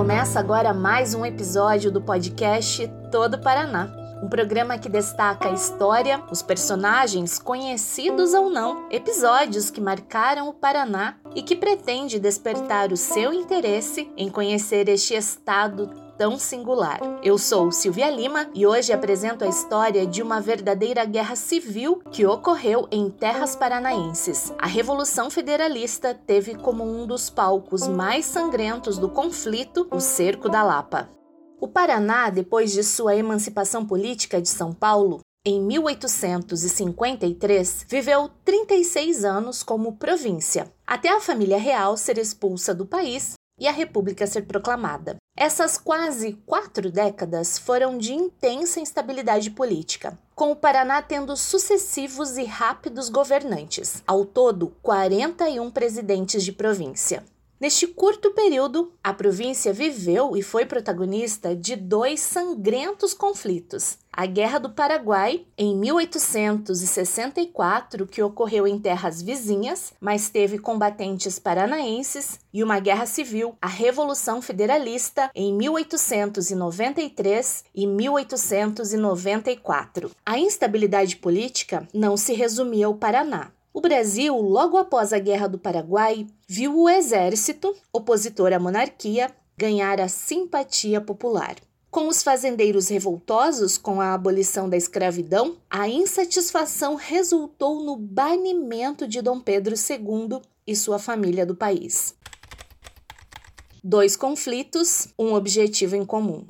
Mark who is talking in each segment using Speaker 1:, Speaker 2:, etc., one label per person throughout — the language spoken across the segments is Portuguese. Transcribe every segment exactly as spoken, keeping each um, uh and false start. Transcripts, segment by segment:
Speaker 1: Começa agora mais um episódio do podcast Todo Paraná, um programa que destaca a história, os personagens, conhecidos ou não, episódios que marcaram o Paraná e que pretende despertar o seu interesse em conhecer este estado tão singular. Eu sou Silvia Lima e hoje apresento a história de uma verdadeira guerra civil que ocorreu em terras paranaenses. A Revolução Federalista teve como um dos palcos mais sangrentos do conflito o Cerco da Lapa. O Paraná, depois de sua emancipação política de São Paulo, em mil oitocentos e cinquenta e três, viveu trinta e seis anos como província, até a família real ser expulsa do país e a República ser proclamada. Essas quase quatro décadas foram de intensa instabilidade política, com o Paraná tendo sucessivos e rápidos governantes, ao todo quarenta e um presidentes de província. Neste curto período, a província viveu e foi protagonista de dois sangrentos conflitos. A Guerra do Paraguai, em mil oitocentos e sessenta e quatro, que ocorreu em terras vizinhas, mas teve combatentes paranaenses, e uma guerra civil, a Revolução Federalista, em mil oitocentos e noventa e três e mil oitocentos e noventa e quatro. A instabilidade política não se resumia ao Paraná. O Brasil, logo após a Guerra do Paraguai, viu o exército, opositor à monarquia, ganhar a simpatia popular. Com os fazendeiros revoltosos com a abolição da escravidão, a insatisfação resultou no banimento de Dom Pedro segundo e sua família do país. Dois conflitos, um objetivo em comum.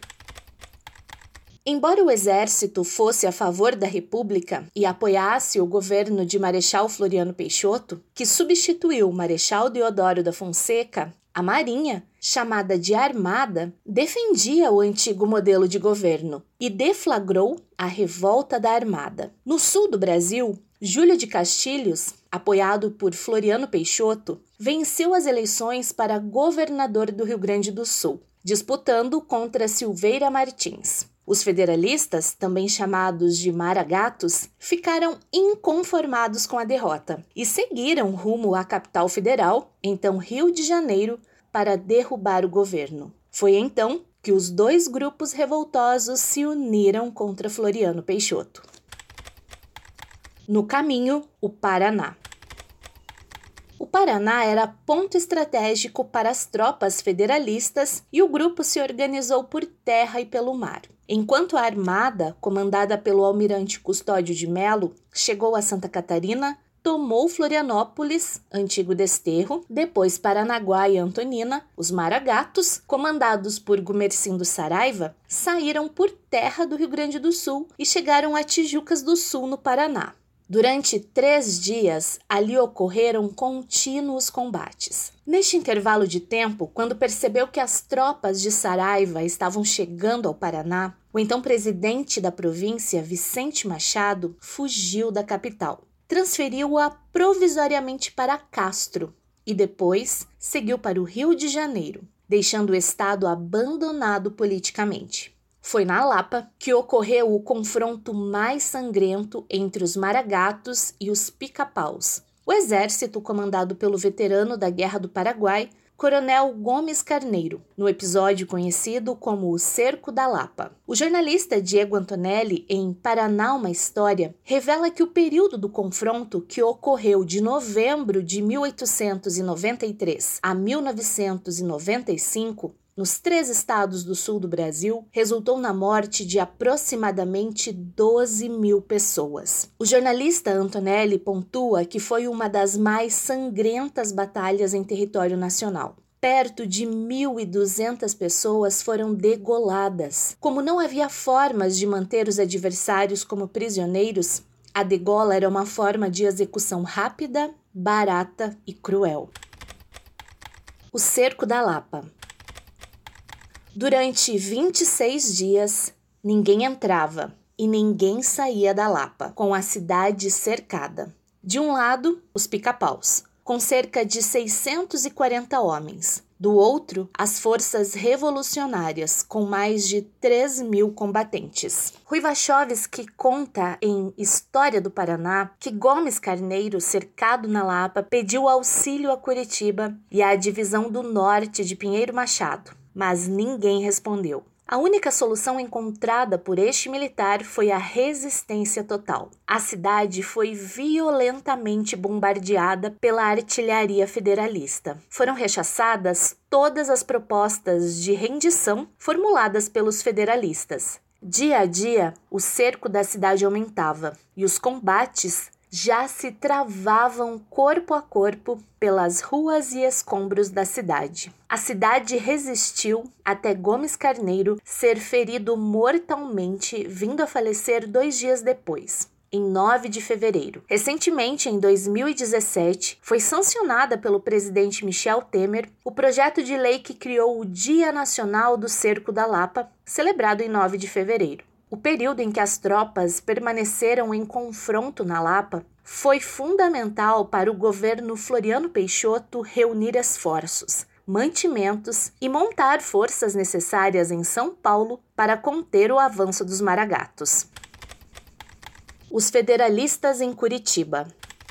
Speaker 1: Embora o exército fosse a favor da República e apoiasse o governo de Marechal Floriano Peixoto, que substituiu Marechal Deodoro da Fonseca, a Marinha, chamada de Armada, defendia o antigo modelo de governo e deflagrou a Revolta da Armada. No sul do Brasil, Júlio de Castilhos, apoiado por Floriano Peixoto, venceu as eleições para governador do Rio Grande do Sul, disputando contra Silveira Martins. Os federalistas, também chamados de maragatos, ficaram inconformados com a derrota e seguiram rumo à capital federal, então Rio de Janeiro, para derrubar o governo. Foi então que os dois grupos revoltosos se uniram contra Floriano Peixoto. No caminho, o Paraná. O Paraná era ponto estratégico para as tropas federalistas e o grupo se organizou por terra e pelo mar. Enquanto a armada, comandada pelo almirante Custódio de Melo, chegou a Santa Catarina, tomou Florianópolis, antigo Desterro, depois Paranaguá e Antonina, os maragatos, comandados por Gumercindo Saraiva, saíram por terra do Rio Grande do Sul e chegaram a Tijucas do Sul, no Paraná. Durante três dias, ali ocorreram contínuos combates. Neste intervalo de tempo, quando percebeu que as tropas de Saraiva estavam chegando ao Paraná, o então presidente da província, Vicente Machado, fugiu da capital. Transferiu-a provisoriamente para Castro e depois seguiu para o Rio de Janeiro, deixando o estado abandonado politicamente. Foi na Lapa que ocorreu o confronto mais sangrento entre os maragatos e os pica-paus. O exército, comandado pelo veterano da Guerra do Paraguai, Coronel Gomes Carneiro, no episódio conhecido como o Cerco da Lapa. O jornalista Diego Antonelli, em Paraná, uma História, revela que o período do confronto, que ocorreu de novembro de mil oitocentos e noventa e três a mil novecentos e noventa e cinco, nos três estados do sul do Brasil, resultou na morte de aproximadamente doze mil pessoas. O jornalista Antonelli pontua que foi uma das mais sangrentas batalhas em território nacional. Perto de mil e duzentas pessoas foram degoladas. Como não havia formas de manter os adversários como prisioneiros, a degola era uma forma de execução rápida, barata e cruel. O Cerco da Lapa. Durante vinte e seis dias, ninguém entrava e ninguém saía da Lapa, com a cidade cercada. De um lado, os pica-paus, com cerca de seiscentos e quarenta homens. Do outro, as forças revolucionárias, com mais de três mil combatentes. Rui Wachowski conta em História do Paraná que Gomes Carneiro, cercado na Lapa, pediu auxílio a Curitiba e à divisão do norte de Pinheiro Machado. mas ninguém respondeu. A única solução encontrada por este militar foi a resistência total. A cidade foi violentamente bombardeada pela artilharia federalista. Foram rechaçadas todas as propostas de rendição formuladas pelos federalistas. Dia a dia, o cerco da cidade aumentava e os combates já se travavam corpo a corpo pelas ruas e escombros da cidade. A cidade resistiu até Gomes Carneiro ser ferido mortalmente, vindo a falecer dois dias depois, em nove de fevereiro. Recentemente, em dois mil e dezessete, foi sancionada pelo presidente Michel Temer o projeto de lei que criou o Dia Nacional do Cerco da Lapa, celebrado em nove de fevereiro. O período em que as tropas permaneceram em confronto na Lapa foi fundamental para o governo Floriano Peixoto reunir esforços, mantimentos e montar forças necessárias em São Paulo para conter o avanço dos maragatos. Os federalistas em Curitiba.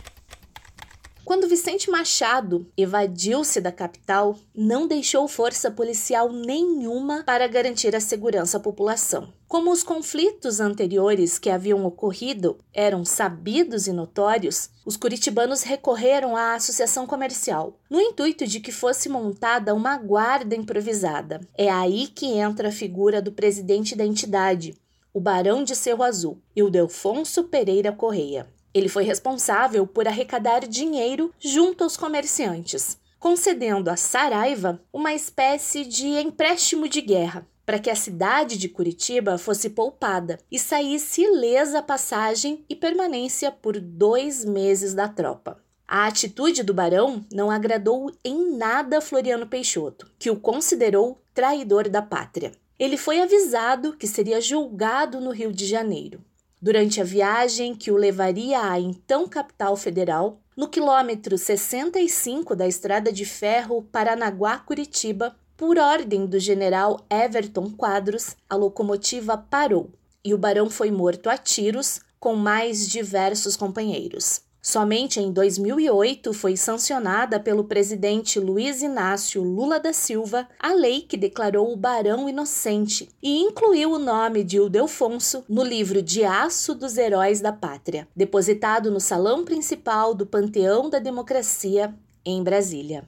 Speaker 1: Quando Vicente Machado evadiu-se da capital, não deixou força policial nenhuma para garantir a segurança à população. Como os conflitos anteriores que haviam ocorrido eram sabidos e notórios, os curitibanos recorreram à associação comercial, no intuito de que fosse montada uma guarda improvisada. É aí que entra a figura do presidente da entidade, o Barão de Cerro Azul, Ildefonso Pereira Correia. Ele foi responsável por arrecadar dinheiro junto aos comerciantes, concedendo a Saraiva uma espécie de empréstimo de guerra, para que a cidade de Curitiba fosse poupada e saísse ilesa a passagem e permanência por dois meses da tropa. A atitude do barão não agradou em nada Floriano Peixoto, que o considerou traidor da pátria. Ele foi avisado que seria julgado no Rio de Janeiro. Durante a viagem que o levaria à então capital federal, no quilômetro sessenta e cinco da estrada de ferro Paranaguá-Curitiba, por ordem do general Everton Quadros, a locomotiva parou e o barão foi morto a tiros com mais diversos companheiros. Somente em dois mil e oito foi sancionada pelo presidente Luiz Inácio Lula da Silva a lei que declarou o barão inocente e incluiu o nome de Ildefonso no livro de aço dos heróis da pátria, depositado no salão principal do Panteão da Democracia, em Brasília.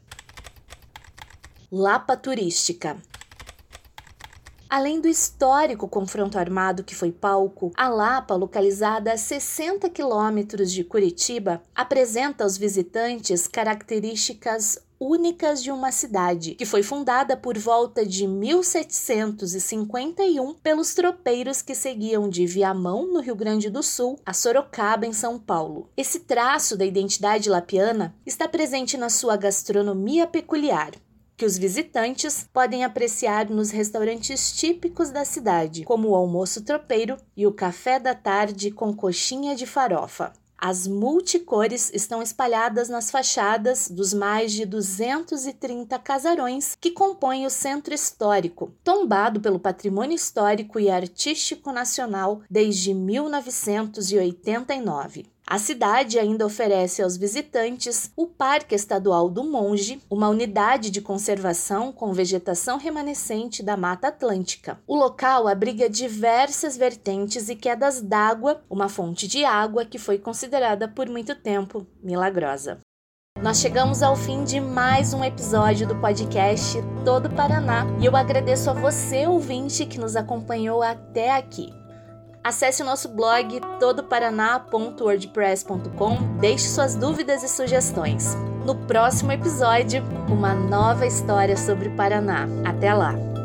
Speaker 1: Lapa Turística. Além do histórico confronto armado que foi palco, a Lapa, localizada a sessenta quilômetros de Curitiba, apresenta aos visitantes características únicas de uma cidade, que foi fundada por volta de mil setecentos e cinquenta e um pelos tropeiros que seguiam de Viamão, no Rio Grande do Sul, a Sorocaba, em São Paulo. Esse traço da identidade lapiana está presente na sua gastronomia peculiar, que os visitantes podem apreciar nos restaurantes típicos da cidade, como o almoço tropeiro e o café da tarde com coxinha de farofa. As multicores estão espalhadas nas fachadas dos mais de duzentos e trinta casarões que compõem o centro histórico, tombado pelo Patrimônio Histórico e Artístico Nacional desde mil novecentos e oitenta e nove. A cidade ainda oferece aos visitantes o Parque Estadual do Monge, uma unidade de conservação com vegetação remanescente da Mata Atlântica. O local abriga diversas vertentes e quedas d'água, uma fonte de água que foi considerada por muito tempo milagrosa. Nós chegamos ao fim de mais um episódio do podcast Todo Paraná e eu agradeço a você, ouvinte, que nos acompanhou até aqui. Acesse o nosso blog todo paraná ponto wordpress ponto com, deixe suas dúvidas e sugestões. No próximo episódio, uma nova história sobre o Paraná. Até lá!